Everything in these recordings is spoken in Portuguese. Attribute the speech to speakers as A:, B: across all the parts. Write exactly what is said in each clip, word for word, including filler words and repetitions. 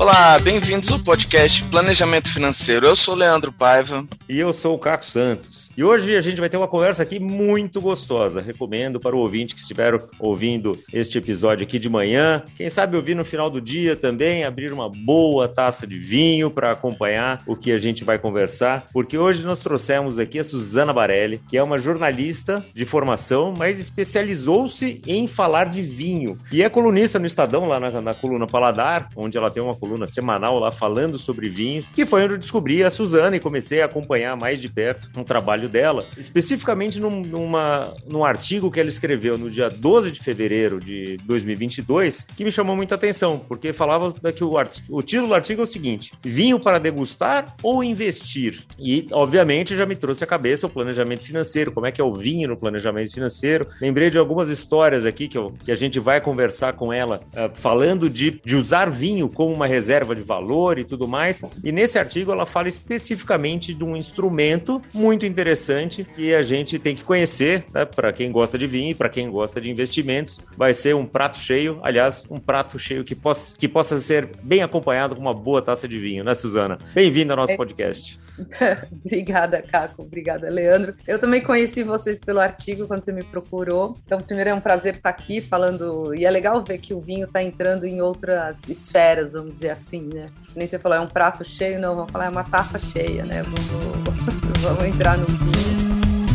A: Olá, bem-vindos ao podcast Planejamento Financeiro. Eu sou o Leandro Paiva.
B: E eu sou o Caco Santos. E hoje a gente vai ter uma conversa aqui muito gostosa. Recomendo para o ouvinte que estiver ouvindo este episódio aqui de manhã. Quem sabe ouvir no final do dia também, abrir uma boa taça de vinho para acompanhar o que a gente vai conversar. Porque hoje nós trouxemos aqui a Suzana Barelli, que é uma jornalista de formação, mas especializou-se em falar de vinho. E é colunista no Estadão, lá na, na coluna Paladar, onde ela tem uma coluna semanal lá falando sobre vinho, que foi onde eu descobri a Suzana e comecei a acompanhar mais de perto um trabalho dela, especificamente num, numa, num artigo que ela escreveu no dia doze de fevereiro de dois mil e vinte e dois, que me chamou muita atenção, porque falava que o, art... o título do artigo é o seguinte: vinho para degustar ou investir? E, obviamente, já me trouxe à cabeça o planejamento financeiro, como é que é o vinho no planejamento financeiro. Lembrei de algumas histórias aqui que, eu, que a gente vai conversar com ela, uh, falando de, de usar vinho como uma reserva de valor e tudo mais. E nesse artigo ela fala especificamente de um instrumento muito interessante que a gente tem que conhecer, né? Para quem gosta de vinho e para quem gosta de investimentos, vai ser um prato cheio, aliás, um prato cheio que possa, que possa ser bem acompanhado com uma boa taça de vinho, né, Suzana? Bem-vinda ao nosso podcast.
C: Obrigada, Caco. Obrigada, Leandro. Eu também conheci vocês pelo artigo quando você me procurou. Então, primeiro é um prazer estar aqui falando, e é legal ver que o vinho está entrando em outras esferas, vamos dizer assim, né? Nem você falou, é um prato cheio, não, vamos falar, é uma taça cheia, né? Vamos, vamos entrar no vinho.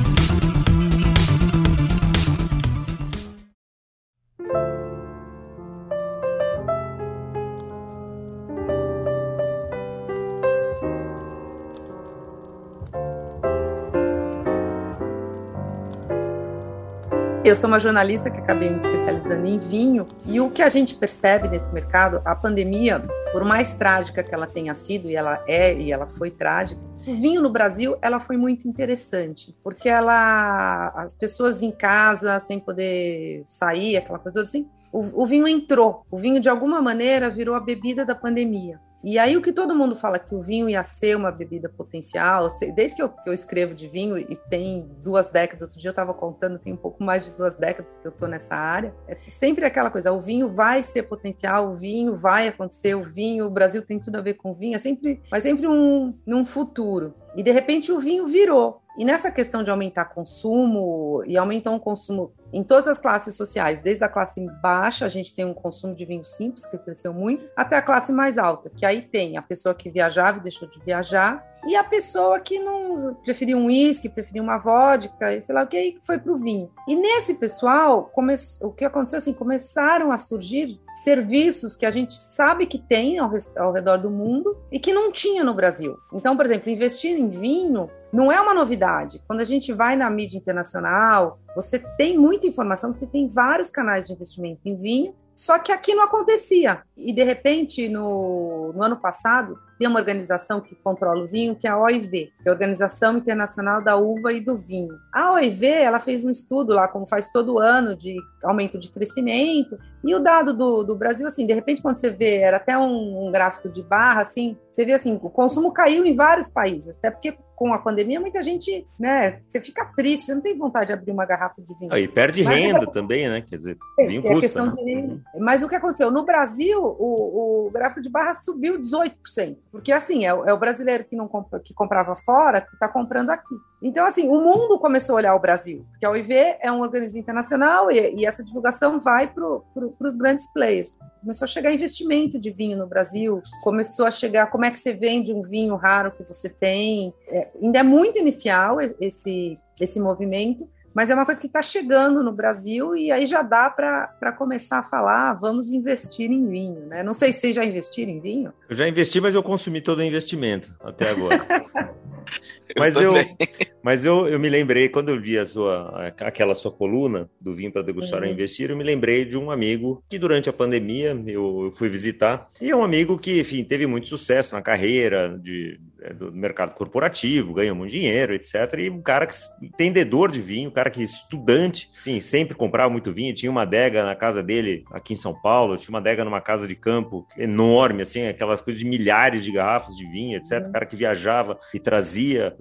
C: Eu sou uma jornalista que acabei me especializando em vinho, e o que a gente percebe nesse mercado, a pandemia, por mais trágica que ela tenha sido, e ela é, e ela foi trágica, o vinho no Brasil, ela foi muito interessante, porque ela, as pessoas em casa, sem poder sair, aquela coisa assim, o, o vinho entrou, o vinho de alguma maneira virou a bebida da pandemia. E aí o que todo mundo fala que o vinho ia ser uma bebida potencial, desde que eu, que eu escrevo de vinho, e tem duas décadas, outro dia eu estava contando, tem um pouco mais de duas décadas que eu estou nessa área, é sempre aquela coisa, o vinho vai ser potencial, o vinho vai acontecer, o vinho, o Brasil tem tudo a ver com o vinho, é sempre, mas sempre um, num futuro. E de repente o vinho virou. E nessa questão de aumentar consumo, e aumentou o consumo em todas as classes sociais, desde a classe baixa, a gente tem um consumo de vinho simples, que cresceu muito, até a classe mais alta, que aí tem a pessoa que viajava e deixou de viajar, e a pessoa que não preferia um uísque, preferia uma vodka, e sei lá o que, aí foi pro vinho. E nesse pessoal, come... o que aconteceu assim, começaram a surgir serviços que a gente sabe que tem ao, res... ao redor do mundo e que não tinha no Brasil. Então, por exemplo, investir em vinho não é uma novidade. Quando a gente vai na mídia internacional, você tem muita informação, você tem vários canais de investimento em vinho, só que aqui não acontecia. E, de repente, no, no ano passado, tem uma organização que controla o vinho, que é a O I V, que é a Organização Internacional da Uva e do Vinho. A O I V, ela fez um estudo lá, como faz todo ano, de aumento de crescimento. E o dado do, do Brasil, assim, de repente, quando você vê, era até um, um gráfico de barra, assim, você vê assim, o consumo caiu em vários países, até porque com a pandemia, muita gente, né, você fica triste, você não tem vontade de abrir uma garrafa de vinho.
B: Ah, e perde
C: Mas
B: renda
C: é,
B: também, né? Quer dizer,
C: é,
B: vinho
C: é
B: custa,
C: questão
B: né?
C: de...
B: Uhum.
C: Mas o que aconteceu? No Brasil, o, o gráfico de barra subiu dezoito por cento, porque assim, é, é o brasileiro que, não compra, que comprava fora que está comprando aqui. Então, assim, o mundo começou a olhar o Brasil, porque a O I V é um organismo internacional e, e essa divulgação vai para pro, os grandes players. Começou a chegar investimento de vinho no Brasil, começou a chegar como é que você vende um vinho raro que você tem. É, ainda é muito inicial esse, esse movimento, mas é uma coisa que está chegando no Brasil e aí já dá para começar a falar, ah, vamos investir em vinho, né? Não sei se vocês já investiram em vinho.
B: Eu já investi, mas eu consumi todo o investimento até agora. Mas,
A: eu,
B: eu, mas eu, eu me lembrei, quando eu vi a sua, aquela sua coluna do Vinho para Degustar ou Investir, eu me lembrei de um amigo que durante a pandemia eu, eu fui visitar, e é um amigo que, enfim, teve muito sucesso na carreira de, do mercado corporativo, ganhou muito dinheiro, etcétera. E um cara que, entendedor de vinho, um cara que estudante, sim, sempre comprava muito vinho, tinha uma adega na casa dele aqui em São Paulo, tinha uma adega numa casa de campo enorme, assim, aquelas coisas de milhares de garrafas de vinho, etcétera. O cara que viajava e trazia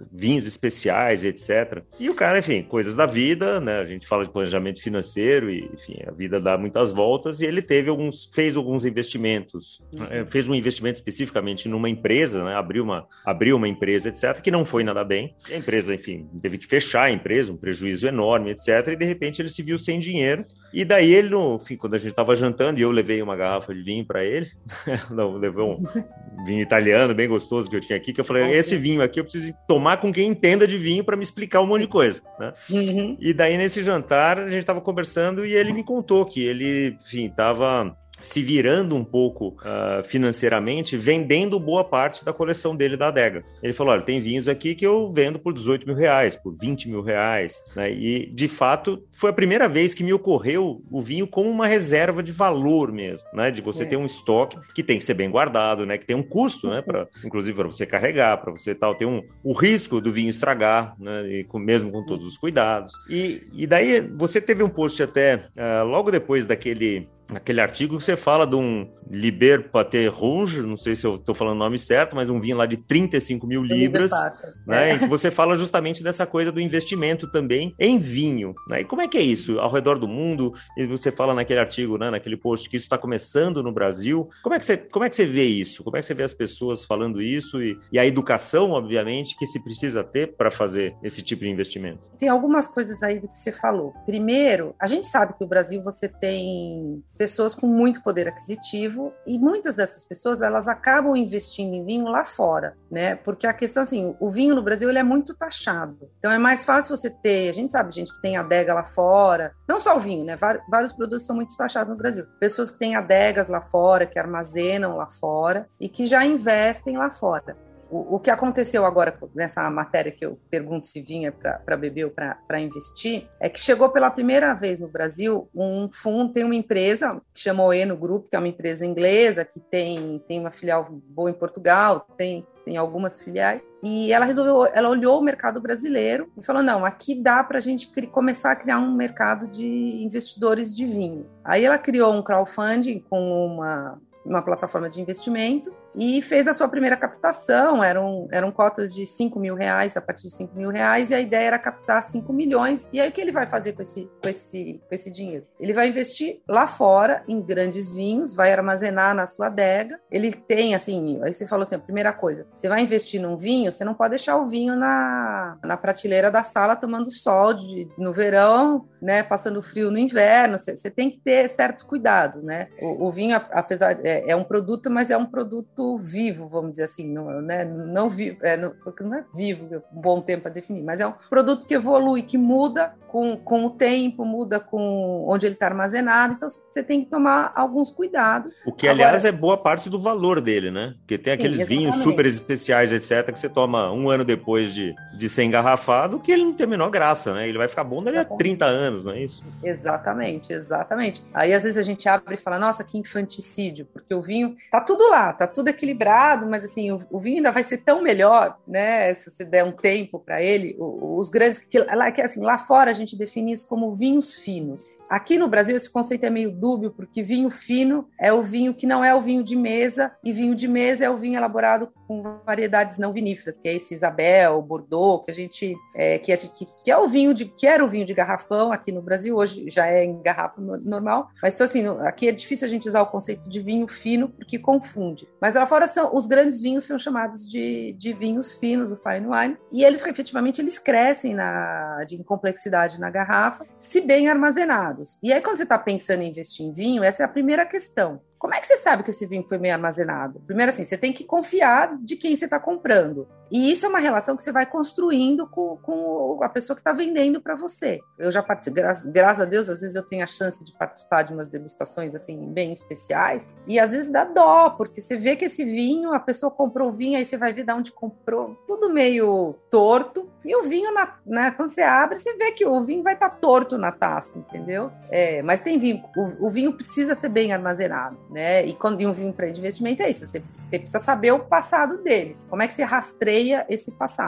B: vinhos especiais, etcétera. E o cara, enfim, coisas da vida, né? A gente fala de planejamento financeiro e, enfim, a vida dá muitas voltas e ele teve alguns, fez alguns investimentos, uhum. fez um investimento especificamente numa empresa, né? Abriu uma, abriu uma empresa, etcétera, que não foi nada bem. E a empresa, enfim, teve que fechar a empresa, um prejuízo enorme, etcétera. E de repente ele se viu sem dinheiro. E daí ele, no fim, quando a gente estava jantando, e eu levei uma garrafa de vinho para ele, não, levei um vinho italiano bem gostoso que eu tinha aqui, que eu falei, esse vinho aqui eu preciso tomar com quem entenda de vinho para me explicar um monte de coisa, né? Uhum. E daí nesse jantar a gente estava conversando e ele me contou que ele, enfim, estava se virando um pouco uh, financeiramente, vendendo boa parte da coleção dele da adega. Ele falou, olha, tem vinhos aqui que eu vendo por dezoito mil reais, por vinte mil reais, né? E, de fato, foi a primeira vez que me ocorreu o vinho como uma reserva de valor mesmo, né? De você é. ter um estoque que tem que ser bem guardado, né? Que tem um custo, né? Pra, inclusive para você carregar, para você tal, ter um, o risco do vinho estragar, né? E com, mesmo com todos os cuidados. E, e daí você teve um post até, uh, logo depois daquele... Aquele artigo que você fala de um Liber Pâté Rouge, não sei se eu estou falando o nome certo, mas um vinho lá de trinta e cinco mil libras, né, é. em que você fala justamente dessa coisa do investimento também em vinho. Né? E como é que é isso ao redor do mundo? E você fala naquele artigo, né, naquele post, que isso está começando no Brasil. Como é, que você, como é que você vê isso? Como é que você vê as pessoas falando isso? E, e a educação, obviamente, que se precisa ter para fazer esse tipo de investimento?
C: Tem algumas coisas aí do que você falou. Primeiro, a gente sabe que no Brasil você tem pessoas com muito poder aquisitivo e muitas dessas pessoas, elas acabam investindo em vinho lá fora, né? Porque a questão, assim, o vinho no Brasil, ele é muito taxado. Então, é mais fácil você ter, a gente sabe, gente que tem adega lá fora, não só o vinho, né? Vários, vários produtos são muito taxados no Brasil. Pessoas que têm adegas lá fora, que armazenam lá fora e que já investem lá fora. O, o que aconteceu agora nessa matéria que eu pergunto se vinho é para beber ou para investir, é que chegou pela primeira vez no Brasil um fundo, tem uma empresa que chama o Eno Group, que é uma empresa inglesa, que tem, tem uma filial boa em Portugal, tem, tem algumas filiais, e ela resolveu, ela olhou o mercado brasileiro e falou, não, aqui dá para a gente cri- começar a criar um mercado de investidores de vinho. Aí ela criou um crowdfunding com uma... uma plataforma de investimento e fez a sua primeira captação, eram, eram cotas de cinco mil reais, a partir de cinco mil reais, e a ideia era captar cinco milhões, e aí o que ele vai fazer com esse, com esse, com esse dinheiro? Ele vai investir lá fora, em grandes vinhos, vai armazenar na sua adega, ele tem, assim, aí você falou assim, a primeira coisa, você vai investir num vinho, você não pode deixar o vinho na, na prateleira da sala tomando sol de, no verão, né, passando frio no inverno, você, você tem que ter certos cuidados, né? O, o vinho, apesar, é, é um produto, mas é um produto vivo, vamos dizer assim, não, né? não, vivo, é, não, não é vivo, um bom tempo para definir, mas é um produto que evolui, que muda com, com o tempo, muda com onde ele está armazenado, então você tem que tomar alguns cuidados.
B: O que, aliás, Agora, é boa parte do valor dele, né? Porque tem aqueles sim, vinhos super especiais, etcétera, que você toma um ano depois de, de ser engarrafado, que ele não tem a menor graça, né? Ele vai ficar bom dali a trinta anos, não é isso?
C: Exatamente, exatamente. Aí, às vezes, a gente abre e fala, nossa, que infanticídio, porque o vinho, tá tudo lá, tá tudo equilibrado, mas assim, o, o vinho ainda vai ser tão melhor, né, se você der um tempo para ele, o, os grandes, que, lá, que assim, lá fora a gente define isso como vinhos finos. Aqui no Brasil esse conceito é meio dúbio, porque vinho fino é o vinho que não é o vinho de mesa, e vinho de mesa é o vinho elaborado com variedades não viníferas, que é esse Isabel, Bordeaux, que a gente, é, que, a gente que é o vinho de, que era o vinho de garrafão aqui no Brasil, hoje já é em garrafa normal, mas então, assim, aqui é difícil a gente usar o conceito de vinho fino, porque confunde. Mas lá fora são, os grandes vinhos são chamados de, de vinhos finos, o fine wine, e eles efetivamente eles crescem na, de complexidade na garrafa, se bem armazenados. E aí, quando você está pensando em investir em vinho, essa é a primeira questão. Como é que você sabe que esse vinho foi bem armazenado? Primeiro, assim, você tem que confiar de quem você está comprando. E isso é uma relação que você vai construindo com, com a pessoa que está vendendo para você. Eu já participei, gra- graças a Deus, às vezes eu tenho a chance de participar de umas degustações assim, bem especiais. E às vezes dá dó, porque você vê que esse vinho, a pessoa comprou o vinho, aí você vai ver de onde comprou, tudo meio torto. E o vinho, na, né, quando você abre, você vê que o vinho vai estar tá torto na taça, entendeu? É, mas tem vinho, o, o vinho precisa ser bem armazenado, né? E quando e um vinho para investimento é isso, você, você precisa saber o passado deles, como é que você rastreia esse passado.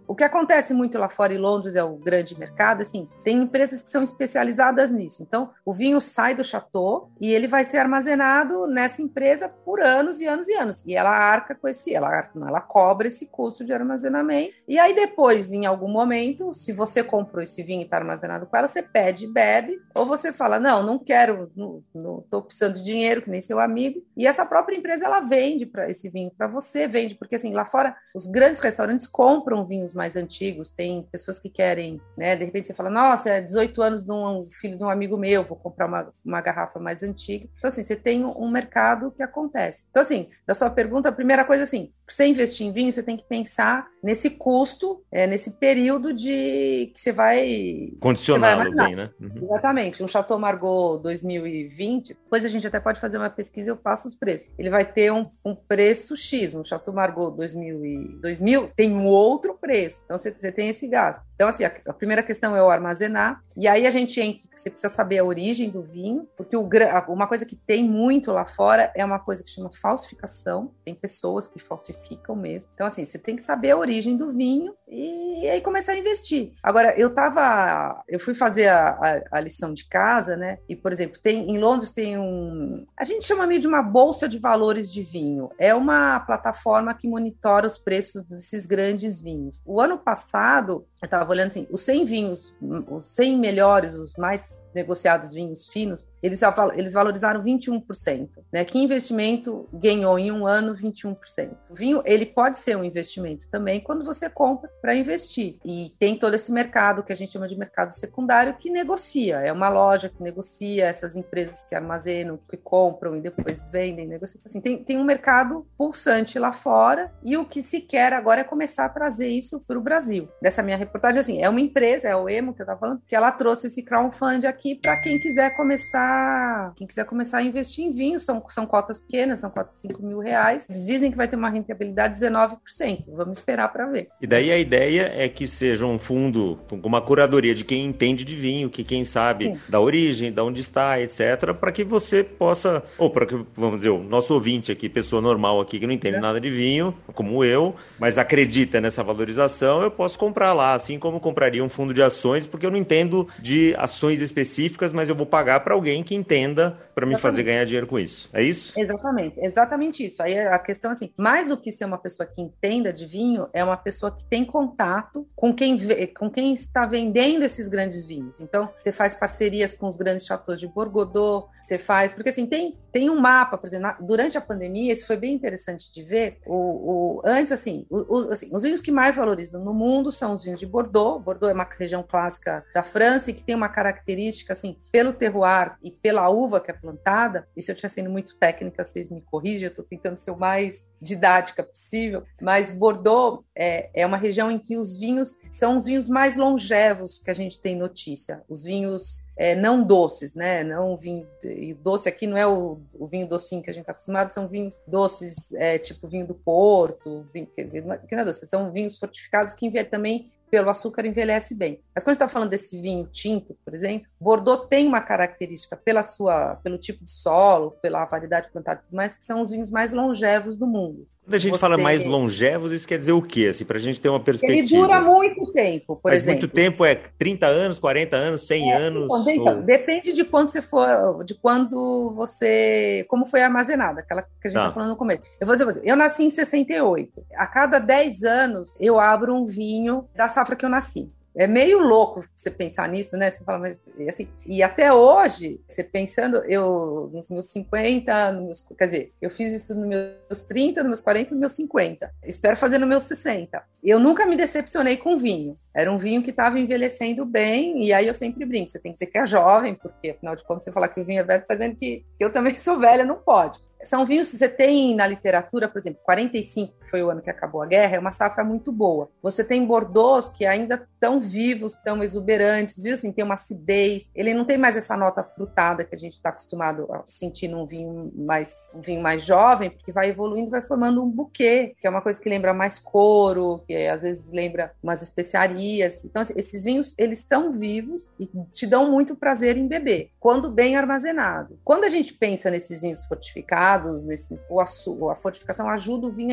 C: o que acontece muito lá fora, em Londres é o grande mercado, assim, tem empresas que são especializadas nisso. Então, o vinho sai do chateau e ele vai ser armazenado nessa empresa por anos e anos e anos. E ela arca com esse, ela, arca, ela cobra esse custo de armazenamento. E aí depois, em algum momento, se você comprou esse vinho e está armazenado com ela, você pede e bebe, ou você fala, não, não quero, não, não tô precisando de dinheiro, que nem seu amigo. E essa própria empresa, ela vende pra, esse vinho para você, vende, porque assim, lá fora, os grandes restaurantes compram vinhos mais antigos, tem pessoas que querem, né, de repente você fala, nossa, é dezoito anos de um filho de um amigo meu, vou comprar uma, uma garrafa mais antiga. Então assim, você tem um mercado que acontece. Então assim, da sua pergunta, a primeira coisa assim, para você investir em vinho, você tem que pensar nesse custo, é, nesse período de que você vai...
B: Condicioná-lo bem, né?
C: Uhum. Exatamente. Um Chateau Margaux dois mil e vinte, depois a gente até pode fazer uma pesquisa e eu passo os preços. Ele vai ter um, um preço X. Um Chateau Margaux dois mil, e, dois mil tem um outro preço. Então, você, você tem esse gasto. Então, assim, a, a primeira questão é o armazenar. E aí a gente entra, você precisa saber a origem do vinho, porque o, uma coisa que tem muito lá fora é uma coisa que chama falsificação. Tem pessoas que falsificam mesmo. Então, assim, você tem que saber a origem do vinho e aí começar a investir. Agora, eu tava... Eu fui fazer a, a, a lição de casa, né? E, por exemplo, tem, em Londres tem um... A gente chama meio de uma bolsa de valores de vinho. É uma plataforma que monitora os preços desses grandes vinhos. O ano passado, eu estava olhando assim, os cem vinhos, os cem melhores, os mais negociados vinhos finos, eles, eles valorizaram vinte e um por cento. Né? Que investimento ganhou em um ano vinte e um por cento? O vinho, ele pode ser um investimento também quando você compra para investir. E tem todo esse mercado que a gente chama de mercado secundário que negocia. É uma loja que negocia, essas empresas que armazenam, que compram e depois vendem, negociam. Assim, tem, tem um mercado pulsante lá fora e o que se quer agora é começar a trazer isso para o Brasil. Dessa minha reportagem, assim, é uma empresa, é o Emo que eu estava falando, que ela trouxe esse crowdfunding aqui para quem quiser começar, quem quiser começar a investir em vinho. São, são cotas pequenas, são cotas de cinco mil reais. Eles dizem que vai ter uma rentabilidade de dezenove por cento. Vamos esperar para ver.
B: E daí a ideia é que seja um fundo com uma curadoria de quem entende de vinho, que quem sabe Sim. da origem, de onde está, etcétera, para que você possa, ou para que, vamos dizer, o nosso ouvinte aqui, pessoa normal aqui, que não entende é. nada de vinho, como eu, mas acredita nessa valorização, eu posso comprar lá, assim como compraria um fundo de ações, porque eu não entendo de ações específicas, mas eu vou pagar para alguém que entenda para me fazer ganhar dinheiro com isso. É isso?
C: Exatamente, exatamente isso. Aí a questão, assim, mais do que ser uma pessoa que entenda de vinho, é uma pessoa que tem contato com quem, com quem está vendendo esses grandes vinhos. Então, você faz parcerias com os grandes chateaus de Bordeaux, você faz... Porque, assim, tem, tem um mapa, por exemplo, durante a pandemia, isso foi bem interessante de ver. O, o, antes, assim, o, o, assim, os vinhos que mais valorizam no mundo são os vinhos de Bordeaux. Bordeaux é uma região clássica da França e que tem uma característica, assim, pelo terroir e pela uva que é plantada. E se eu estiver sendo muito técnica, vocês me corrigem, eu estou tentando ser o mais didática possível, mas Bordeaux é, é uma região em que os vinhos são os vinhos mais longevos que a gente tem notícia. Os vinhos é, não doces, né? Não o vinho e doce aqui não é o, o vinho docinho que a gente está acostumado, são vinhos doces, é, tipo vinho do Porto, vinho, que, que não é doce, são vinhos fortificados que também pelo açúcar envelhece bem. Mas quando a gente está falando desse vinho tinto, por exemplo, Bordeaux tem uma característica pela sua, pelo tipo de solo, pela variedade plantada e tudo mais, que são os vinhos mais longevos do mundo.
B: Quando a gente Você... fala mais longevos, isso quer dizer o quê? Assim, para a gente ter uma perspectiva.
C: Ele dura muito tempo, por
B: Mas
C: exemplo.
B: Mas muito tempo é trinta anos, quarenta anos, cem
C: é,
B: anos?
C: Então, então,
B: ou...
C: Depende de quando você for, de quando você... Como foi armazenada, aquela que a gente está tá falando no começo. Eu vou dizer, eu nasci em sessenta e oito. A cada dez anos, eu abro um vinho da safra que eu nasci. É meio louco você pensar nisso, né? Você fala, mas assim, e até hoje, você pensando, eu nos meus cinquenta, nos meus, quer dizer, eu fiz isso nos meus trinta, nos meus quarenta, nos meus cinquenta. Espero fazer nos meus sessenta. Eu nunca me decepcionei com vinho. Era um vinho que estava envelhecendo bem, e aí eu sempre brinco, você tem que dizer que é jovem, porque afinal de contas você falar que o vinho é velho, está dizendo que, que eu também sou velha, não pode. São vinhos que você tem na literatura, por exemplo, quarenta e cinco, que foi o ano que acabou a guerra, é uma safra muito boa. Você tem Bordeaux que ainda estão vivos, tão exuberantes, viu? Assim, tem uma acidez. Ele não tem mais essa nota frutada que a gente está acostumado a sentir num vinho mais, um vinho mais jovem, porque vai evoluindo, vai formando um buquê, que é uma coisa que lembra mais couro, que às vezes lembra umas especiarias. Então, esses vinhos, eles estão vivos e te dão muito prazer em beber, quando bem armazenado. Quando a gente pensa nesses vinhos fortificados, nesse, o açúcar, a fortificação ajuda o vinho a envelhecer.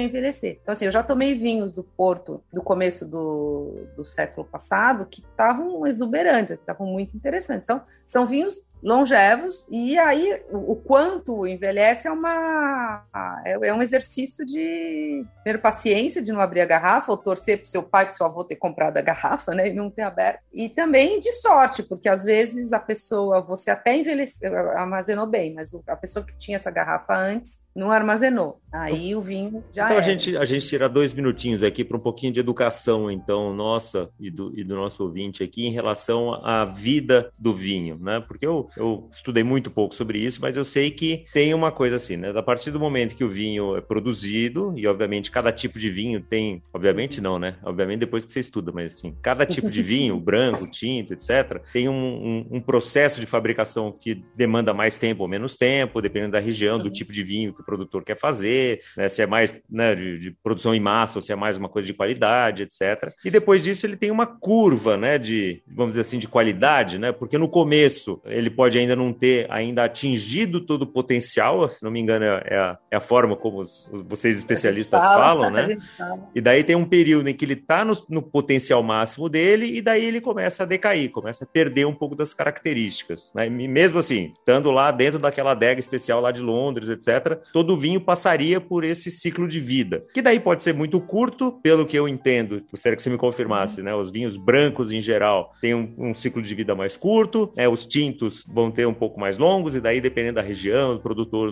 C: envelhecer. Então, assim, eu já tomei vinhos do Porto do começo do, do século passado que estavam exuberantes, estavam muito interessantes. Então, são vinhos longevos, e aí o, o quanto envelhece é uma é, é um exercício de primeiro, paciência, de não abrir a garrafa, ou torcer para o seu pai, para o seu avô ter comprado a garrafa, né, e não ter aberto, e também de sorte, porque às vezes a pessoa, você até envelheceu, armazenou bem, mas a pessoa que tinha essa garrafa antes não armazenou, aí o vinho já
B: Então
C: era.
B: a gente, a gente tira dois minutinhos aqui para um pouquinho de educação, então, nossa e do, e do nosso ouvinte aqui, em relação à vida do vinho, né? Porque eu, eu estudei muito pouco sobre isso, mas eu sei que tem uma coisa assim, né? A partir do momento que o vinho é produzido, e obviamente cada tipo de vinho tem, obviamente não, né? Obviamente depois que você estuda, mas assim, cada tipo de vinho, branco, tinto, etcétera, tem um, um, um processo de fabricação que demanda mais tempo ou menos tempo, dependendo da região, do tipo de vinho que o produtor quer fazer, né? Se é mais, né, de, de produção em massa ou se é mais uma coisa de qualidade, etcétera. E depois disso ele tem uma curva, né, de, vamos dizer assim, de qualidade, né? Porque no começo ele pode ainda não ter ainda atingido todo o potencial, se não me engano é a, é a forma como os, os, vocês especialistas fala, falam, né? E daí tem um período em que ele está no, no potencial máximo dele e daí ele começa a decair, começa a perder um pouco das características, né? E mesmo assim, estando lá dentro daquela adega especial lá de Londres, etcétera, todo vinho passaria por esse ciclo de vida, que daí pode ser muito curto, pelo que eu entendo, gostaria que você me confirmasse, né? Os vinhos brancos, em geral, têm um, um ciclo de vida mais curto, né? Os tintos vão ter um pouco mais longos, e daí, dependendo da região, do produtor,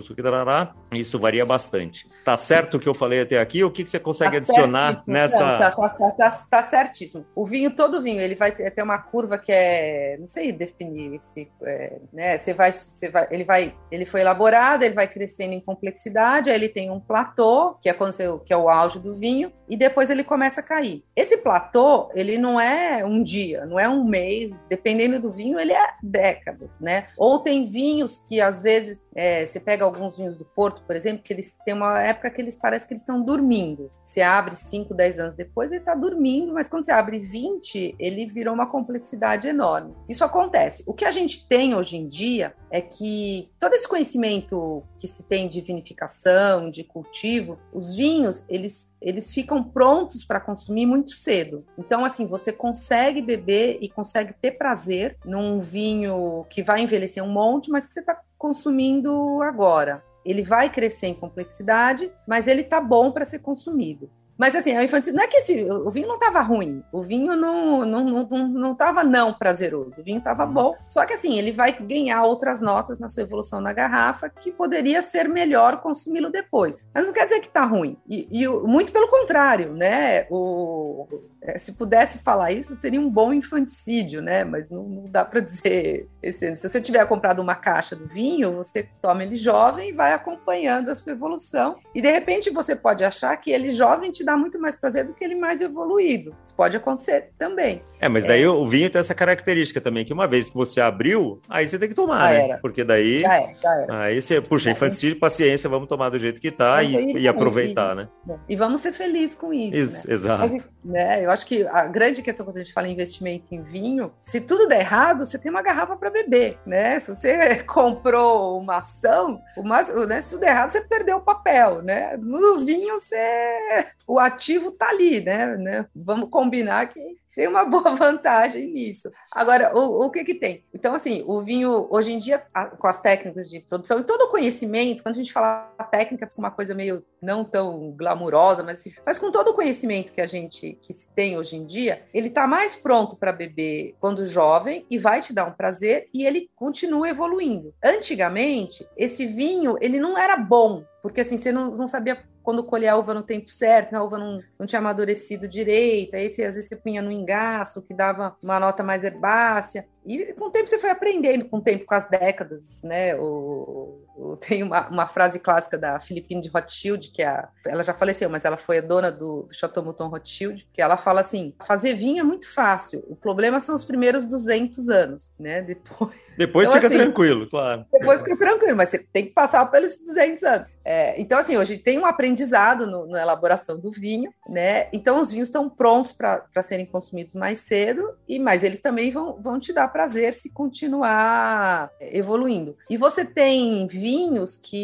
B: isso varia bastante. Tá certo o que eu falei até aqui? O que, que você consegue tá adicionar nessa...
C: Não, tá, tá, tá, tá certíssimo. O vinho, todo vinho, ele vai ter uma curva que é... Não sei definir esse... É, né? Você vai, você vai, ele, vai, ele foi elaborado, ele vai crescendo em complexidade, aí ele tem um platô, que é, quando você, que é o auge do vinho, e depois ele começa a cair. Esse platô, ele não é um dia, não é um mês, dependendo do vinho, ele é décadas, né? Ou tem vinhos que, às vezes, é, você pega alguns vinhos do Porto, por exemplo, que eles têm uma época que eles parecem que eles estão dormindo. Você abre cinco, dez anos depois, ele está dormindo, mas quando você abre vinte, ele virou uma complexidade enorme. Isso acontece. O que a gente tem hoje em dia é que todo esse conhecimento que se tem de vinificação, de cultivo, os vinhos, eles, eles ficam prontos para consumir muito cedo. Então, assim, você consegue beber e consegue ter prazer num vinho que vai envelhecer um monte, mas que você está consumindo agora. Ele vai crescer em complexidade, mas ele tá bom para ser consumido. Mas assim, a infantil, não é que esse, o vinho não estava ruim, o vinho não não não não, não tava não prazeroso, o vinho estava bom, só que assim, ele vai ganhar outras notas na sua evolução na garrafa que poderia ser melhor consumi-lo depois. Mas não quer dizer que está ruim, e, e muito pelo contrário, né? O, se pudesse falar isso, seria um bom infanticídio, né? Mas não, não dá para dizer. Esse, se você tiver comprado uma caixa do vinho, você toma ele jovem e vai acompanhando a sua evolução, e de repente você pode achar que ele jovem te dá muito mais prazer do que ele mais evoluído. Isso pode acontecer também.
B: É, mas daí é. o vinho tem essa característica também, que uma vez que você abriu, aí você tem que tomar,
C: já
B: né?
C: Era.
B: Porque daí...
C: Já é, já era.
B: Aí você, puxa, infanticídio, paciência, vamos tomar do jeito que tá e, e aproveitar, né?
C: E vamos ser felizes com isso, isso
B: né? Exato.
C: Mas, né, eu acho que a grande questão quando a gente fala em investimento em vinho, se tudo der errado, você tem uma garrafa para beber, né? Se você comprou uma ação, uma, né, se tudo der errado, você perdeu o papel, né? No vinho, você... o ativo tá ali, né? né? Vamos combinar que tem uma boa vantagem nisso. Agora, o, o que que tem? Então, assim, o vinho, hoje em dia, a, com as técnicas de produção e todo o conhecimento, quando a gente fala técnica, fica uma coisa meio não tão glamurosa, mas, assim, mas com todo o conhecimento que a gente que se tem hoje em dia, ele está mais pronto para beber quando jovem e vai te dar um prazer e ele continua evoluindo. Antigamente, esse vinho, ele não era bom, porque assim, você não, não sabia quando colher a uva no tempo certo, a uva não, não tinha amadurecido direito, aí você, às vezes você punha no engaço, que dava uma nota mais herbácea, e com o tempo você foi aprendendo, com o tempo, com as décadas, né? O, o, tem uma, uma frase clássica da Philippine de Rothschild, que é a, ela já faleceu, mas ela foi a dona do, do Chateau Mouton Rothschild, que ela fala assim, fazer vinho é muito fácil, o problema são os primeiros duzentos anos, né? Depois...
B: Depois então, fica assim, tranquilo, claro.
C: Depois fica tranquilo, mas você tem que passar pelos duzentos anos. É, então, assim, hoje tem um aprendizado no, na elaboração do vinho, né? Então, os vinhos estão prontos para serem consumidos mais cedo, e, mas eles também vão, vão te dar prazer se continuar evoluindo. E você tem vinhos que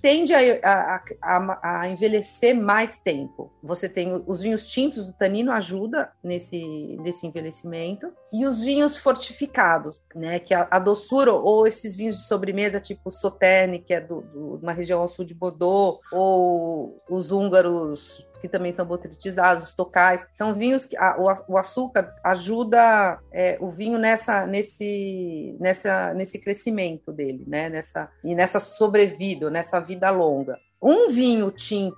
C: tende a, a, a, a envelhecer mais tempo. Você tem os vinhos tintos, o tanino ajuda nesse, nesse envelhecimento, e os vinhos fortificados, né, que a, a doçura, ou esses vinhos de sobremesa, tipo o Sauternes, que é do, do, de uma região ao sul de Bordeaux, ou os húngaros, que também são botritizados, os tocais, são vinhos que a, o, o açúcar ajuda é, o vinho nessa, nesse, nessa, nesse crescimento dele, né? Nessa, e nessa sobrevida, nessa vida longa. Um vinho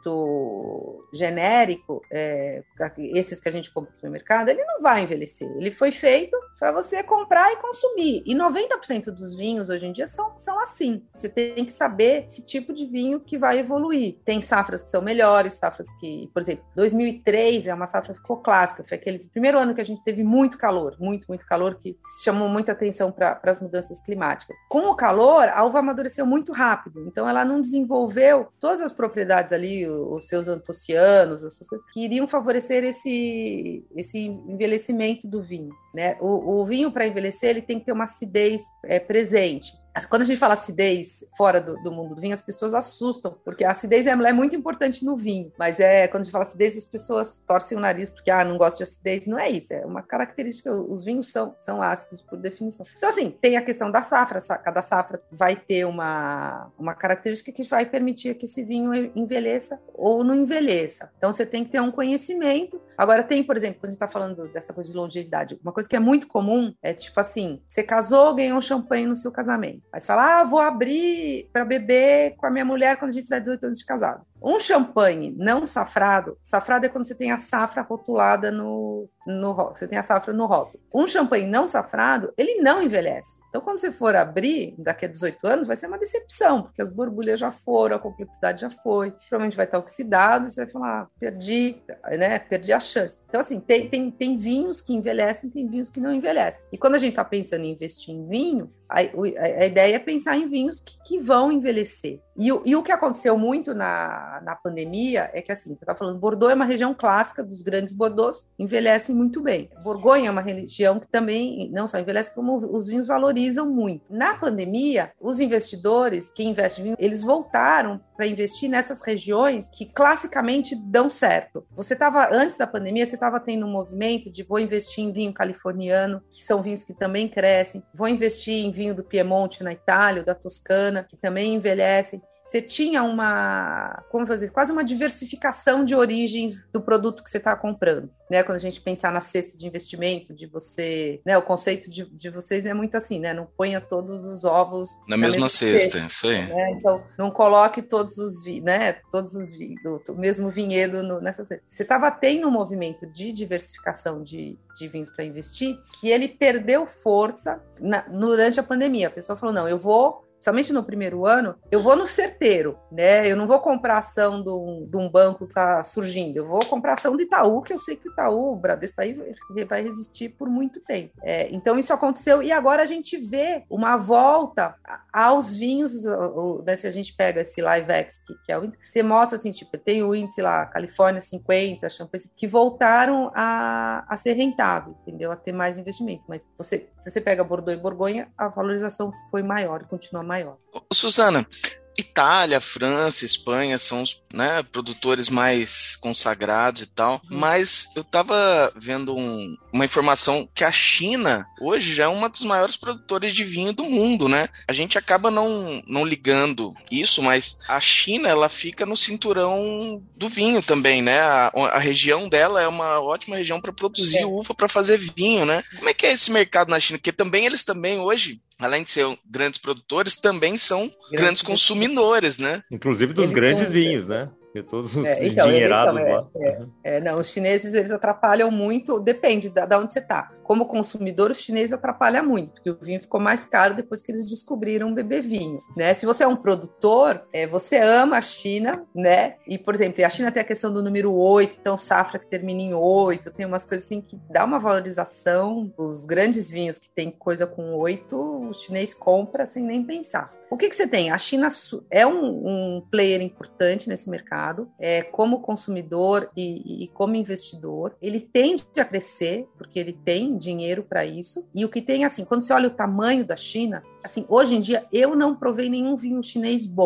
C: tinto genérico, é, esses que a gente compra no supermercado, ele não vai envelhecer. Ele foi feito para você comprar e consumir. E noventa por cento dos vinhos hoje em dia são, são assim. Você tem que saber que tipo de vinho que vai evoluir. Tem safras que são melhores, safras que... Por exemplo, dois mil e três é uma safra que ficou clássica. Foi aquele primeiro ano que a gente teve muito calor, muito, muito calor, que chamou muita atenção para as mudanças climáticas. Com o calor, a uva amadureceu muito rápido. Então, ela não desenvolveu todas as propriedades ali, os seus antocianos, as suas coisas, que iriam favorecer esse, esse envelhecimento do vinho, né? O, o vinho, para envelhecer, ele tem que ter uma acidez é, presente. Quando a gente fala acidez fora do, do mundo do vinho, as pessoas assustam, porque a acidez é, é muito importante no vinho, mas é, quando a gente fala acidez, as pessoas torcem o nariz porque, ah, não gosto de acidez. Não é isso, é uma característica, os vinhos são, são ácidos por definição. Então, assim, tem a questão da safra, cada safra vai ter uma, uma característica que vai permitir que esse vinho envelheça ou não envelheça. Então, você tem que ter um conhecimento. Agora, tem, por exemplo, quando a gente está falando dessa coisa de longevidade, uma coisa que é muito comum é, tipo assim, você casou, ganhou um champanhe no seu casamento. Aí você fala, ah, vou abrir para beber com a minha mulher quando a gente fizer dezoito anos de casado. Um champanhe não safrado, safrado é quando você tem a safra rotulada no, no você tem a safra no rótulo. Um champanhe não safrado, ele não envelhece. Então, quando você for abrir, daqui a dezoito anos, vai ser uma decepção, porque as borbulhas já foram, a complexidade já foi, provavelmente vai estar oxidado, e você vai falar, ah, perdi, né, perdi a chance. Então, assim, tem, tem, tem vinhos que envelhecem, tem vinhos que não envelhecem. E quando a gente está pensando em investir em vinho, a, a, a ideia é pensar em vinhos que, que vão envelhecer. E, e o que aconteceu muito na, na pandemia é que, assim, você está falando, Bordeaux é uma região clássica dos grandes Bordeaux, envelhecem muito bem. Borgonha é uma região que também não só envelhece, como os vinhos valorizam muito. Na pandemia, os investidores que investem em vinho, eles voltaram para investir nessas regiões que classicamente dão certo. Você estava, antes da pandemia, você estava tendo um movimento de vou investir em vinho californiano, que são vinhos que também crescem, vou investir em vinho do Piemonte na Itália, ou da Toscana, que também envelhecem. Você tinha uma, como fazer, quase uma diversificação de origens do produto que você está comprando, né? Quando a gente pensar na cesta de investimento, de você, né? O conceito de, de vocês é muito assim, né? Não ponha todos os ovos
A: na, na mesma, mesma cesta, cesta, isso aí.
C: Né? Então, não coloque todos os, né? Todos os o mesmo vinhedo no, nessa cesta. Você estava tendo um movimento de diversificação de, de vinhos para investir, que ele perdeu força na, durante a pandemia. A pessoa falou, não, eu vou somente no primeiro ano, eu vou no certeiro, né? Eu não vou comprar ação de um, de um banco que está surgindo, eu vou comprar ação do Itaú, que eu sei que o Itaú, o Bradesco aí vai resistir por muito tempo. É, então isso aconteceu, e agora a gente vê uma volta aos vinhos, o, o, né, se a gente pega esse LiveX, que, que é o índice, você mostra assim, tipo, tem o índice lá, Califórnia cinquenta, Champagne, que voltaram a, a ser rentáveis, entendeu? A ter mais investimento, mas você, se você pega Bordeaux e Borgonha, a valorização foi maior e continua maior.
A: Ô, Suzana, Itália, França, Espanha são os, né, produtores mais consagrados e tal, uhum. Mas eu tava vendo um, uma informação que a China hoje já é uma dos maiores produtores de vinho do mundo, né? A gente acaba não, não ligando isso, mas a China, ela fica no cinturão do vinho também, né? A, a região dela é uma ótima região para produzir é. uva, para fazer vinho, né? Como é que é esse mercado na China? Porque também eles também hoje, além de ser grandes produtores, também são grandes, grandes consumidores, né?
B: Inclusive dos eles grandes são... vinhos, né? E todos os
C: é, então,
B: endinheirados
C: então,
B: lá.
C: É, é, é, não, os chineses, eles atrapalham muito, depende da, da onde você está. Como consumidor, os chineses atrapalham muito, porque o vinho ficou mais caro depois que eles descobriram beber vinho, né? Se você é um produtor, é, você ama a China, né? E, por exemplo, a China tem a questão do número oito, então safra que termina em oito, tem umas coisas assim que dá uma valorização. Os grandes vinhos que tem coisa com oito, o chinês compra sem nem pensar. O que, que você tem? A China é um, um player importante nesse mercado, é, como consumidor e, e como investidor. Ele tende a crescer, porque ele tem dinheiro para isso. E o que tem, assim, quando você olha o tamanho da China, assim, hoje em dia, eu não provei nenhum vinho chinês bom.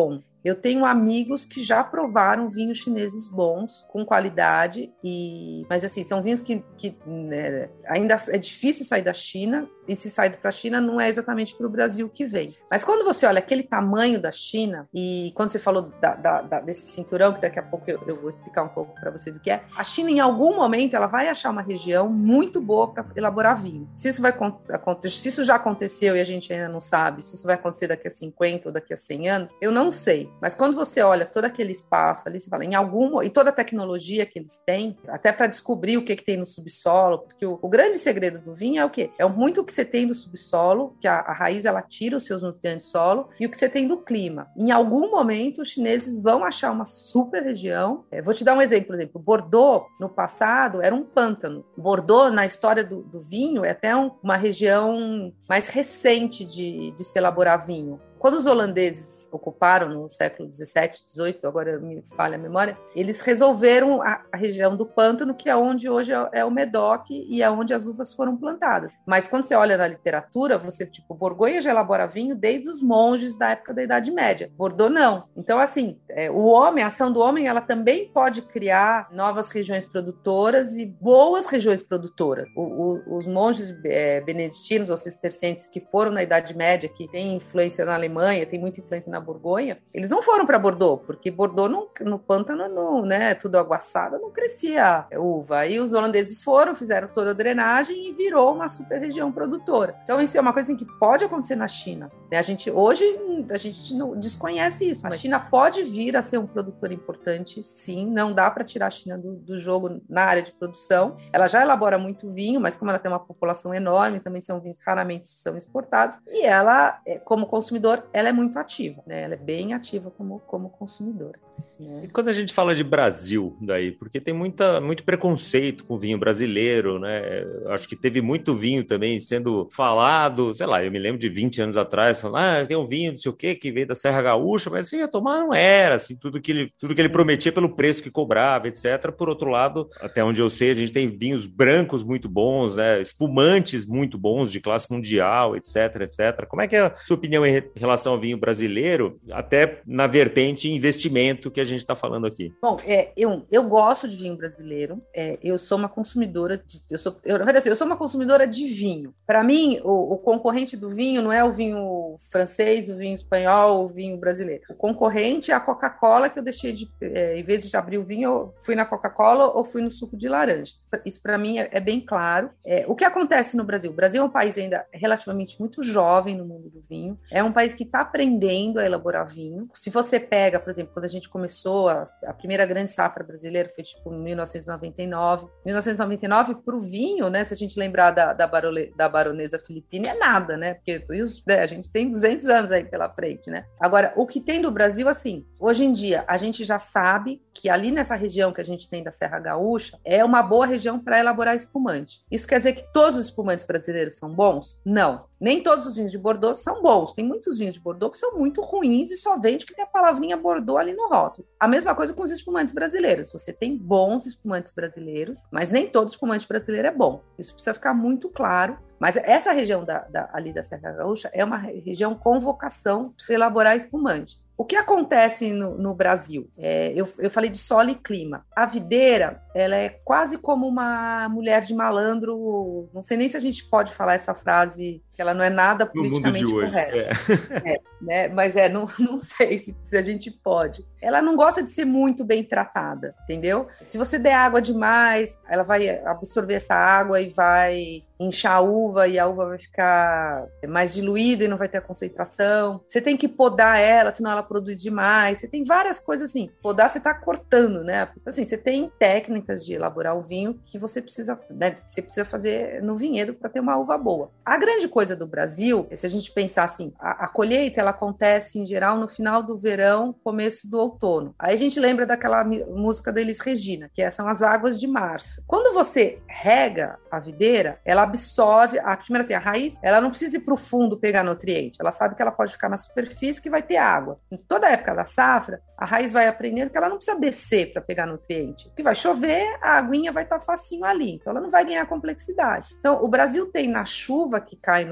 C: Eu tenho amigos que já provaram vinhos chineses bons, com qualidade, e mas assim, são vinhos que, que né, ainda é difícil sair da China, e se sair para a China não é exatamente para o Brasil que vem. Mas quando você olha aquele tamanho da China, e quando você falou da, da, da, desse cinturão, que daqui a pouco eu, eu vou explicar um pouco para vocês o que é, a China em algum momento ela vai achar uma região muito boa para elaborar vinho. Se isso vai acontecer, se isso já aconteceu e a gente ainda não sabe, se isso vai acontecer daqui a cinquenta ou daqui a cem anos, eu não sei. Mas quando você olha todo aquele espaço ali, você fala, em algum, e toda a tecnologia que eles têm, até para descobrir o que, que tem no subsolo, porque o, o grande segredo do vinho é o quê? É muito o que você tem do subsolo, que a, a raiz ela tira os seus nutrientes do solo, e o que você tem do clima. Em algum momento, os chineses vão achar uma super região. É, vou te dar um exemplo, por exemplo, Bordeaux, no passado, era um pântano. Bordeaux, na história do, do vinho, é até um, uma região mais recente de, de se elaborar vinho. Quando os holandeses ocuparam no século dezessete, dezoito, agora me falha a memória, eles resolveram a, a região do pântano, que é onde hoje é, é o Médoc e é onde as uvas foram plantadas. Mas quando você olha na literatura, você, tipo, Borgonha já elabora vinho desde os monges da época da Idade Média. Bordeaux não. Então, assim, é, o homem, a ação do homem, ela também pode criar novas regiões produtoras e boas regiões produtoras. O, o, os monges é, beneditinos ou cistercienses que foram na Idade Média, que têm influência na Alemanha, tem muita influência na Borgonha, eles não foram para Bordeaux, porque Bordeaux não, no pântano, não, né, tudo aguaçado, não crescia uva. Aí os holandeses foram, fizeram toda a drenagem e virou uma super região produtora. Então isso é uma coisa assim, que pode acontecer na China. A gente, hoje a gente não desconhece isso. A China pode vir a ser um produtor importante, sim, não dá para tirar a China do, do jogo na área de produção. Ela já elabora muito vinho, mas como ela tem uma população enorme, também são vinhos que raramente são exportados, e ela, como consumidor, ela é muito ativa, né? Ela é bem ativa como, como consumidora. Né?
B: E quando a gente fala de Brasil, daí, porque tem muita, muito preconceito com o vinho brasileiro, né? Acho que teve muito vinho também sendo falado, sei lá, eu me lembro de vinte anos atrás, falando, ah, tem um vinho, não sei o quê, que veio da Serra Gaúcha, mas assim, ia tomar não era, assim, tudo que ele, tudo que ele prometia pelo preço que cobrava, etcétera. Por outro lado, até onde eu sei, a gente tem vinhos brancos muito bons, né? Espumantes muito bons, de classe mundial, etc, etcétera. Como é que é a sua opinião em relação ao vinho brasileiro, até na vertente investimento que a gente está falando aqui?
C: Bom, é, eu, eu gosto de vinho brasileiro, é, eu sou uma consumidora de, eu sou, eu, assim, eu sou uma consumidora de vinho. Para mim, o, o concorrente do vinho não é o vinho francês, o vinho espanhol, o vinho brasileiro. O concorrente é a Coca-Cola, que eu deixei de, é, em vez de abrir o vinho, eu fui na Coca-Cola ou fui no suco de laranja. Isso para mim é, é bem claro. É, o que acontece no Brasil? O Brasil é um país ainda relativamente muito jovem no mundo do vinho, é um país que está aprendendo a elaborar vinho. Se você pega, por exemplo, quando a gente começou, a, a primeira grande safra brasileira foi tipo em mil novecentos e noventa e nove. mil novecentos e noventa e nove para o vinho, né? Se a gente lembrar da, da, barole, da baronesa Filipina, é nada, né? Porque isso, né, a gente tem duzentos anos aí pela frente, né? Agora, o que tem do Brasil, assim, hoje em dia, a gente já sabe que ali nessa região que a gente tem da Serra Gaúcha, é uma boa região para elaborar espumante. Isso quer dizer que todos os espumantes brasileiros são bons? Não. Nem todos os vinhos de Bordeaux são bons. Tem muitos vinhos de Bordeaux que são muito ruins e só vende que tem a palavrinha Bordeaux ali no rótulo. A mesma coisa com os espumantes brasileiros. Você tem bons espumantes brasileiros, mas nem todo espumante brasileiro é bom. Isso precisa ficar muito claro. Mas essa região da, da, ali da Serra Gaúcha é uma região com vocação para se elaborar espumante. O que acontece no, no Brasil? É, eu, eu falei de solo e clima. A videira, ela é quase como uma mulher de malandro. Não sei nem se a gente pode falar essa frase, que ela não é nada politicamente correta. É. É, né? Mas é, não, não sei se, se a gente pode. Ela não gosta de ser muito bem tratada, entendeu? Se você der água demais, ela vai absorver essa água e vai inchar a uva e a uva vai ficar mais diluída e não vai ter a concentração. Você tem que podar ela, senão ela produz demais. Você tem várias coisas assim. Podar, você está cortando, né? Assim, você tem técnicas de elaborar o vinho que você precisa, né, você precisa fazer no vinhedo para ter uma uva boa. A grande coisa do Brasil, se a gente pensar assim, a, a colheita ela acontece em geral no final do verão, começo do outono. Aí a gente lembra daquela música da Elis Regina, que são as águas de março. Quando você rega a videira, ela absorve, a primeira assim, a raiz, ela não precisa ir para o fundo pegar nutriente, ela sabe que ela pode ficar na superfície que vai ter água. Em toda a época da safra, a raiz vai aprendendo que ela não precisa descer para pegar nutriente. Porque vai chover, a aguinha vai estar facinho ali, então ela não vai ganhar complexidade. Então, o Brasil tem na chuva que cai no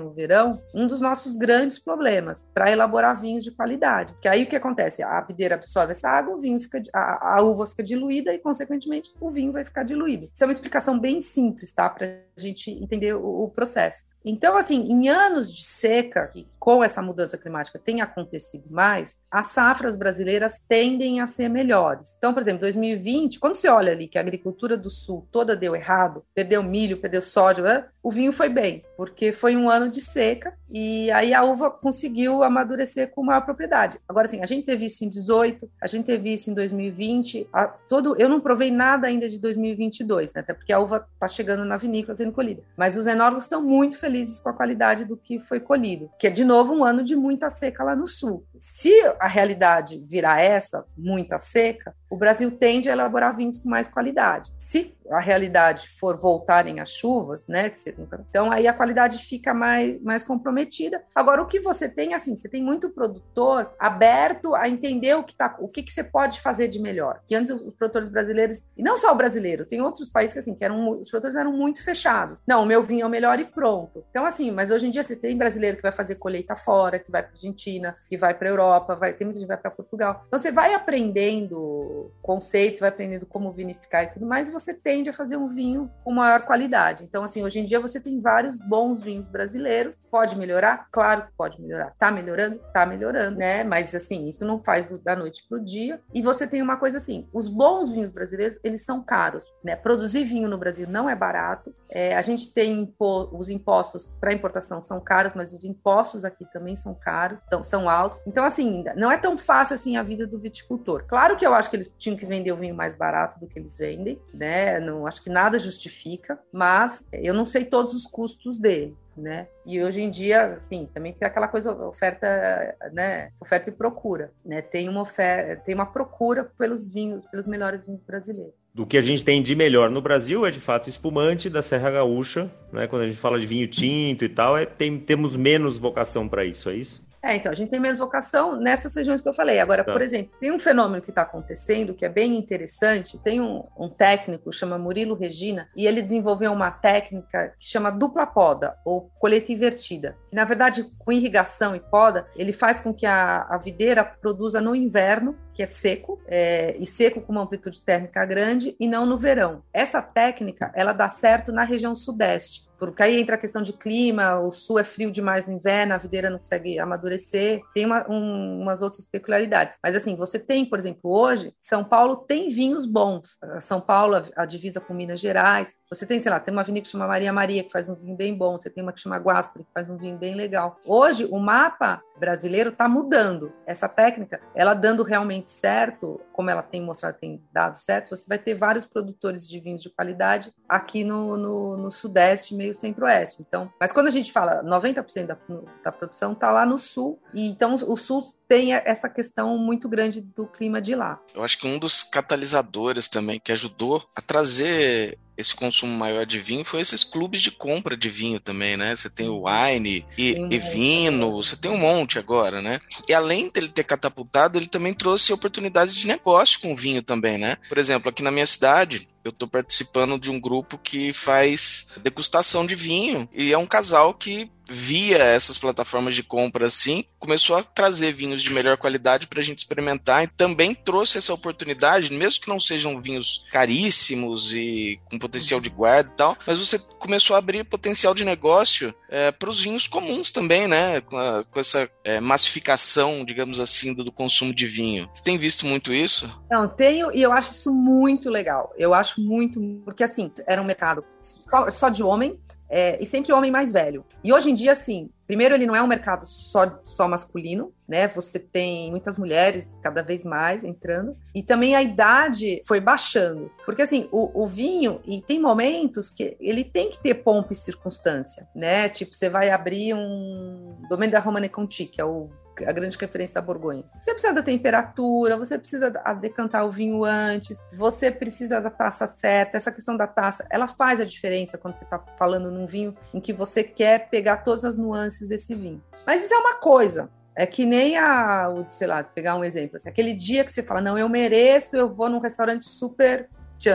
C: no verão, um dos nossos grandes problemas para elaborar vinhos de qualidade. Porque aí o que acontece? A videira absorve essa água, o vinho fica, a, a uva fica diluída e, consequentemente, o vinho vai ficar diluído. Isso é uma explicação bem simples, tá? Para a gente entender o, o processo. Então, assim, em anos de seca, que com essa mudança climática tem acontecido mais, as safras brasileiras tendem a ser melhores. Então, por exemplo, dois mil e vinte, quando você olha ali que a agricultura do sul toda deu errado, perdeu milho, perdeu soja, o vinho foi bem, porque foi um ano de seca e aí a uva conseguiu amadurecer com maior propriedade. Agora, assim, a gente teve isso em dezoito, a gente teve isso em dois mil e vinte, a, todo, eu não provei nada ainda de dois mil e vinte e dois, né, até porque a uva está chegando na vinícola sendo colhida. Mas os enólogos estão muito felizes com a qualidade do que foi colhido, que é, de novo, um ano de muita seca lá no sul. Se a realidade virar essa, muita seca, o Brasil tende a elaborar vinhos com mais qualidade. Se a realidade for voltarem as chuvas, né, que você nunca... então aí a qualidade fica mais, mais comprometida. Agora, o que você tem, assim, você tem muito produtor aberto a entender o que, tá, o que, que você pode fazer de melhor. Que antes os produtores brasileiros, e não só o brasileiro, tem outros países que, assim, que eram, os produtores eram muito fechados. Não, o meu vinho é o melhor e pronto. Então, assim, mas hoje em dia você tem brasileiro que vai fazer colheita fora, que vai para a Argentina, que vai para a Europa, vai, tem muita gente que vai para Portugal. Então, você vai aprendendo conceitos, vai aprendendo como vinificar e tudo mais, e você tende a fazer um vinho com maior qualidade. Então, assim, hoje em dia você tem vários bons vinhos brasileiros. Pode melhorar? Claro que pode melhorar. Tá melhorando? Tá melhorando, né? Mas, assim, isso não faz do, da noite pro dia. E você tem uma coisa assim, os bons vinhos brasileiros, eles são caros, né? Produzir vinho no Brasil não é barato. É, a gente tem impo- os impostos para importação são caros, mas os impostos aqui também são caros, então, são altos. Então, assim, não é tão fácil assim a vida do viticultor. Claro que eu acho que eles tinham que vender o vinho mais barato do que eles vendem, né? Não acho que nada justifica, mas eu não sei todos os custos dele, né? E hoje em dia, assim, também tem aquela coisa, oferta, né? Oferta e procura, né? Tem uma oferta, tem uma procura pelos vinhos, pelos melhores vinhos brasileiros.
B: Do que a gente tem de melhor no Brasil é, de fato, espumante da Serra Gaúcha, né? Quando a gente fala de vinho tinto e tal, é, tem, temos menos vocação para isso, é isso?
C: É, então, a gente tem menos vocação nessas regiões que eu falei. Agora, tá. Por exemplo, tem um fenômeno que está acontecendo que é bem interessante. Tem um, um técnico, chama Murilo Regina, e ele desenvolveu uma técnica que chama dupla poda, ou colheita invertida. Que, na verdade, com irrigação e poda, ele faz com que a, a videira produza no inverno, que é seco, é, e seco com uma amplitude térmica grande, e não no verão. Essa técnica, ela dá certo na região sudeste, porque aí entra a questão de clima, o sul é frio demais no inverno, a videira não consegue amadurecer, tem uma, um, umas outras peculiaridades. Mas assim, você tem, por exemplo, hoje, São Paulo tem vinhos bons. São Paulo, a, a divisa com Minas Gerais, você tem, sei lá, tem uma vinícola que chama Maria Maria, que faz um vinho bem bom, você tem uma que chama Guaspre, que faz um vinho bem legal. Hoje, o mapa brasileiro está mudando. Essa técnica, ela dando realmente certo, como ela tem mostrado, tem dado certo, você vai ter vários produtores de vinhos de qualidade aqui no, no, no Sudeste, meio Centro-Oeste. Então, mas quando a gente fala noventa por cento da, da produção está lá no Sul, e então o Sul tem essa questão muito grande do clima de lá.
A: Eu acho que um dos catalisadores também que ajudou a trazer esse consumo maior de vinho foi esses clubes de compra de vinho também, né? Você tem o Wine e, um e Vino, você tem um monte agora, né? E além dele ter catapultado, ele também trouxe oportunidades de negócio com o vinho também, né? Por exemplo, aqui na minha cidade, eu estou participando de um grupo que faz degustação de vinho e é um casal que, via essas plataformas de compra assim, começou a trazer vinhos de melhor qualidade para a gente experimentar e também trouxe essa oportunidade, mesmo que não sejam vinhos caríssimos e com potencial de guarda e tal, mas você começou a abrir potencial de negócio é, para os vinhos comuns também, né? Com, a, com essa é, massificação, digamos assim, do, do consumo de vinho. Você tem visto muito isso?
C: Não, tenho, e eu acho isso muito legal. Eu acho muito, porque assim, era um mercado só, só de homem, É, e sempre homem mais velho. E hoje em dia, assim, primeiro ele não é um mercado só, só masculino, né? Você tem muitas mulheres cada vez mais entrando. E também a idade foi baixando. Porque, assim, o, o vinho, e tem momentos que ele tem que ter pompa e circunstância, né? Tipo, você vai abrir um Domaine da Romanée Conti, que é o a grande referência da Borgonha. Você precisa da temperatura, você precisa decantar o vinho antes, você precisa da taça certa. Essa questão da taça, ela faz a diferença quando você está falando num vinho em que você quer pegar todas as nuances desse vinho. Mas isso é uma coisa. É que nem a, sei lá, pegar um exemplo, assim, aquele dia que você fala, não, eu mereço, eu vou num restaurante super chance.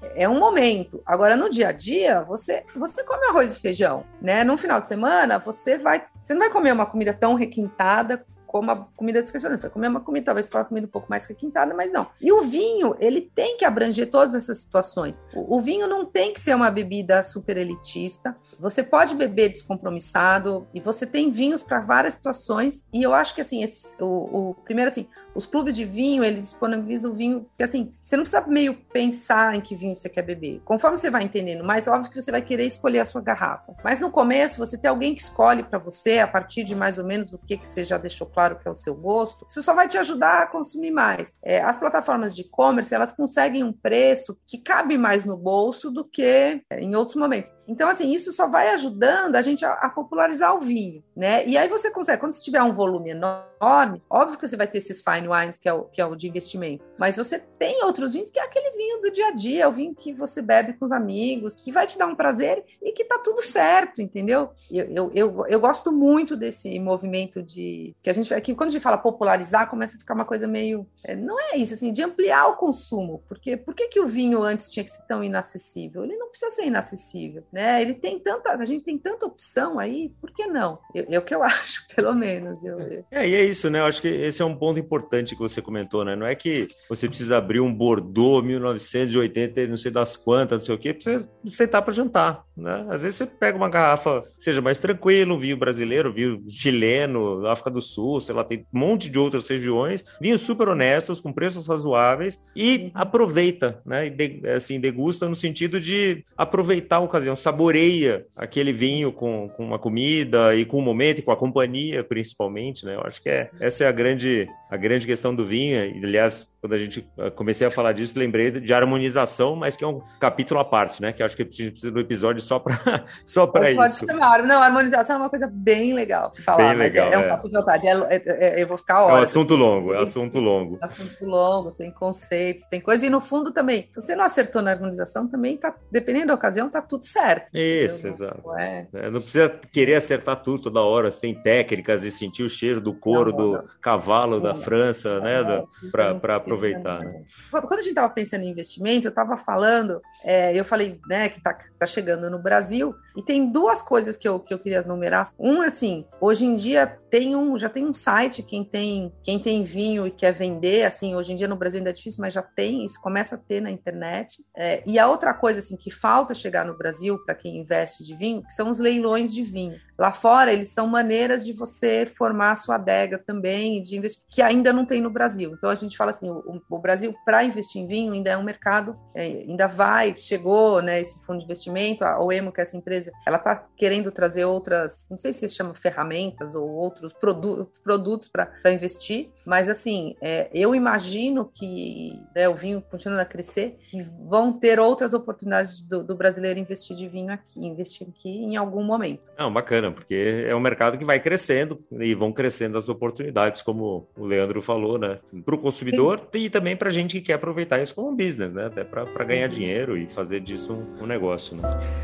C: é um momento. Agora, no dia a dia, você, você come arroz e feijão, né? No final de semana, você vai, você não vai comer uma comida tão requintada como a comida de restaurante. Você vai comer uma comida, talvez uma comida um pouco mais requintada, mas não. E o vinho, ele tem que abranger todas essas situações. O, o vinho não tem que ser uma bebida super elitista. Você pode beber descompromissado e você tem vinhos para várias situações. E eu acho que, assim, esse, o, o, primeiro, assim, os clubes de vinho, eles disponibilizam o vinho, que, assim, você não precisa meio pensar em que vinho você quer beber. Conforme você vai entendendo, mais óbvio que você vai querer escolher a sua garrafa. Mas no começo, você tem alguém que escolhe para você, a partir de mais ou menos o que, que você já deixou claro que é o seu gosto, isso só vai te ajudar a consumir mais. É, as plataformas de e-commerce, elas conseguem um preço que cabe mais no bolso do que é, em outros momentos. Então, assim, isso só vai ajudando a gente a, a popularizar o vinho, né? E aí você consegue, quando você tiver um volume enorme, óbvio que você vai ter esses fine wines, que é o, que é o de investimento, mas você tem outros vinhos que é aquele vinho do dia a dia, é o vinho que você bebe com os amigos, que vai te dar um prazer e que tá tudo certo, entendeu? Eu, eu, eu, eu gosto muito desse movimento de... que a gente, que quando a gente fala popularizar, começa a ficar uma coisa meio... É, não é isso, assim, de ampliar o consumo, porque por que que o vinho antes tinha que ser tão inacessível? Ele não precisa ser inacessível, né? Ele tem tanta... A gente tem tanta opção aí, por que não? É o que eu acho, pelo menos. Eu, eu...
B: É, e é isso, né? Eu acho que esse é um ponto importante que você comentou, né? Não é que você precisa abrir um Bordeaux mil novecentos e oitenta, não sei das quantas, não sei o quê, pra você sentar para jantar, né? Às vezes você pega uma garrafa, seja mais tranquilo, um vinho brasileiro, um vinho chileno, África do Sul, sei lá, tem um monte de outras regiões, vinhos super honestos, com preços razoáveis, e aproveita, né? E de, assim, degusta no sentido de aproveitar a ocasião, saboreia aquele vinho com, com uma comida e com o momento e com a companhia, principalmente, né? Eu acho que é, essa é a grande, a grande questão do vinho. E, aliás, quando a gente comecei a falar disso, lembrei de harmonização, mas que é um capítulo à parte, né? Que eu acho que a gente precisa de um episódio só para só para isso.
C: Não, a harmonização é uma coisa bem legal de falar,
B: bem legal,
C: mas é, é um papo de vontade. É, é, é, eu vou ficar horas.
B: É um assunto longo, é um assunto longo.
C: É um assunto longo, tem conceitos, tem coisa. E no fundo também, se você não acertou na harmonização, também tá, dependendo da ocasião, tá tudo certo.
B: Isso,
C: entendeu?
B: exato.
C: É.
B: É, não precisa querer acertar tudo toda hora, sem técnicas e sentir o cheiro do couro não, do não. cavalo não, da França, não, né? Para aproveitar. Né?
C: Quando a gente estava pensando em investimento, eu estava falando, é, eu falei, né, que tá, tá chegando no Brasil, e tem duas coisas que eu, que eu queria numerar. Um, assim, hoje em dia tem um, já tem um site, quem tem, quem tem vinho e quer vender, assim, hoje em dia no Brasil ainda é difícil, mas já tem, isso começa a ter na internet. É, e a outra coisa, assim, que falta chegar no Brasil, para quem investe de vinho, que são os leilões de vinho. Lá fora, eles são maneiras de você formar a sua adega também, de investir, que ainda não tem no Brasil. Então, a gente fala assim, o, o Brasil, para investir em vinho, ainda é um mercado, é, ainda vai, chegou, né, esse fundo de investimento, a Oemo, que é essa empresa, ela está querendo trazer outras, não sei se se chama ferramentas ou outros produ- produtos para investir, mas, assim, é, eu imagino que, né, o vinho continuando a crescer, que vão ter outras oportunidades do, do brasileiro investir de vinho aqui, investir aqui em algum momento.
B: Não, bacana, porque é um mercado que vai crescendo e vão crescendo as oportunidades, como o Leandro falou, né? Para o consumidor Sim. e também para a gente que quer aproveitar isso como um business, né? Até para ganhar dinheiro e fazer disso um, um negócio, né?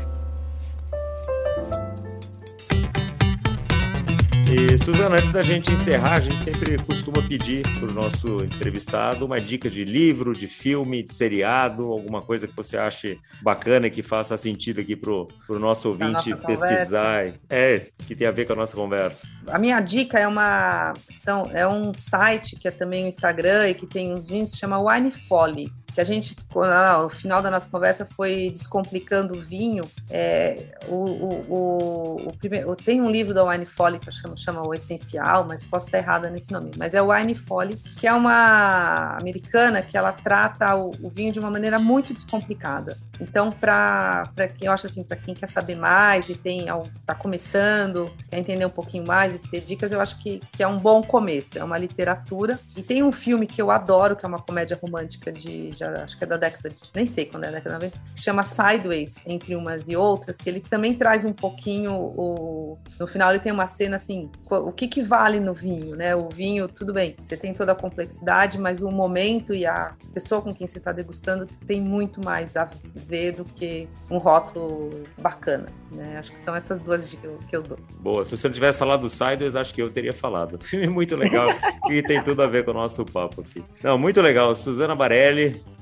B: E, Suzana, antes da gente encerrar, a gente sempre costuma pedir para o nosso entrevistado uma dica de livro, de filme, de seriado, alguma coisa que você ache bacana e que faça sentido aqui para o nosso ouvinte pesquisar. É, que tem a ver com a nossa conversa.
C: A minha dica é uma são, é um site que é também o Instagram e que tem uns vinhos, se chama Wine Folly. Que a gente, no final da nossa conversa, foi descomplicando o vinho. É, o, o, o, o primeiro, tem um livro da Wine Folly que chama, chama O Essencial, mas posso estar errada nesse nome. Mas é o Wine Folly, que é uma americana que ela trata o, o vinho de uma maneira muito descomplicada. Então, para quem eu acho assim, para quem quer saber mais e tem está começando, quer entender um pouquinho mais e ter dicas, eu acho que, que é um bom começo. É uma literatura. E tem um filme que eu adoro, que é uma comédia romântica de Já, acho que é da década de, nem sei quando é da década de noventa, que chama Sideways, Entre Umas e Outras, que ele também traz um pouquinho o, no final ele tem uma cena assim, o que que vale no vinho, né? O vinho, tudo bem, você tem toda a complexidade, mas o momento e a pessoa com quem você está degustando tem muito mais a ver do que um rótulo bacana, né? Acho que são essas duas dicas que eu, que eu dou.
B: Boa, se você não tivesse falado do Sideways, acho que eu teria falado. Filme muito legal e tem tudo a ver com o nosso papo aqui. Não, muito legal. Suzana Barelli,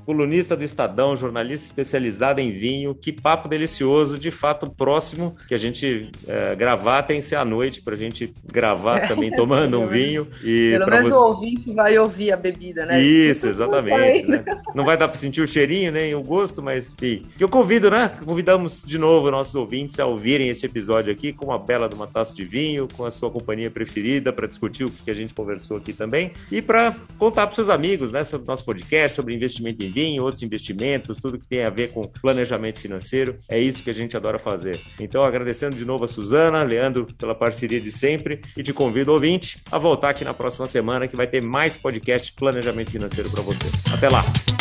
B: colunista do Estadão, jornalista especializada em vinho. Que papo delicioso, de fato, próximo que a gente é, gravar tem que ser à noite, pra gente gravar também tomando um vinho. E
C: pelo menos você... o ouvinte vai ouvir a bebida, né?
B: Isso, exatamente. Né? Não vai dar pra sentir o cheirinho, nem o gosto, mas enfim. Eu convido, né? Convidamos de novo nossos ouvintes a ouvirem esse episódio aqui com uma bela de uma taça de vinho, com a sua companhia preferida, para discutir o que a gente conversou aqui também e para contar para seus amigos, né, sobre o nosso podcast, sobre investimento em vinho, outros investimentos, tudo que tem a ver com planejamento financeiro. É isso que a gente adora fazer. Então, agradecendo de novo a Suzana, Leandro, pela parceria de sempre e te convido, ouvinte, a voltar aqui na próxima semana que vai ter mais podcast de planejamento financeiro para você. Até lá!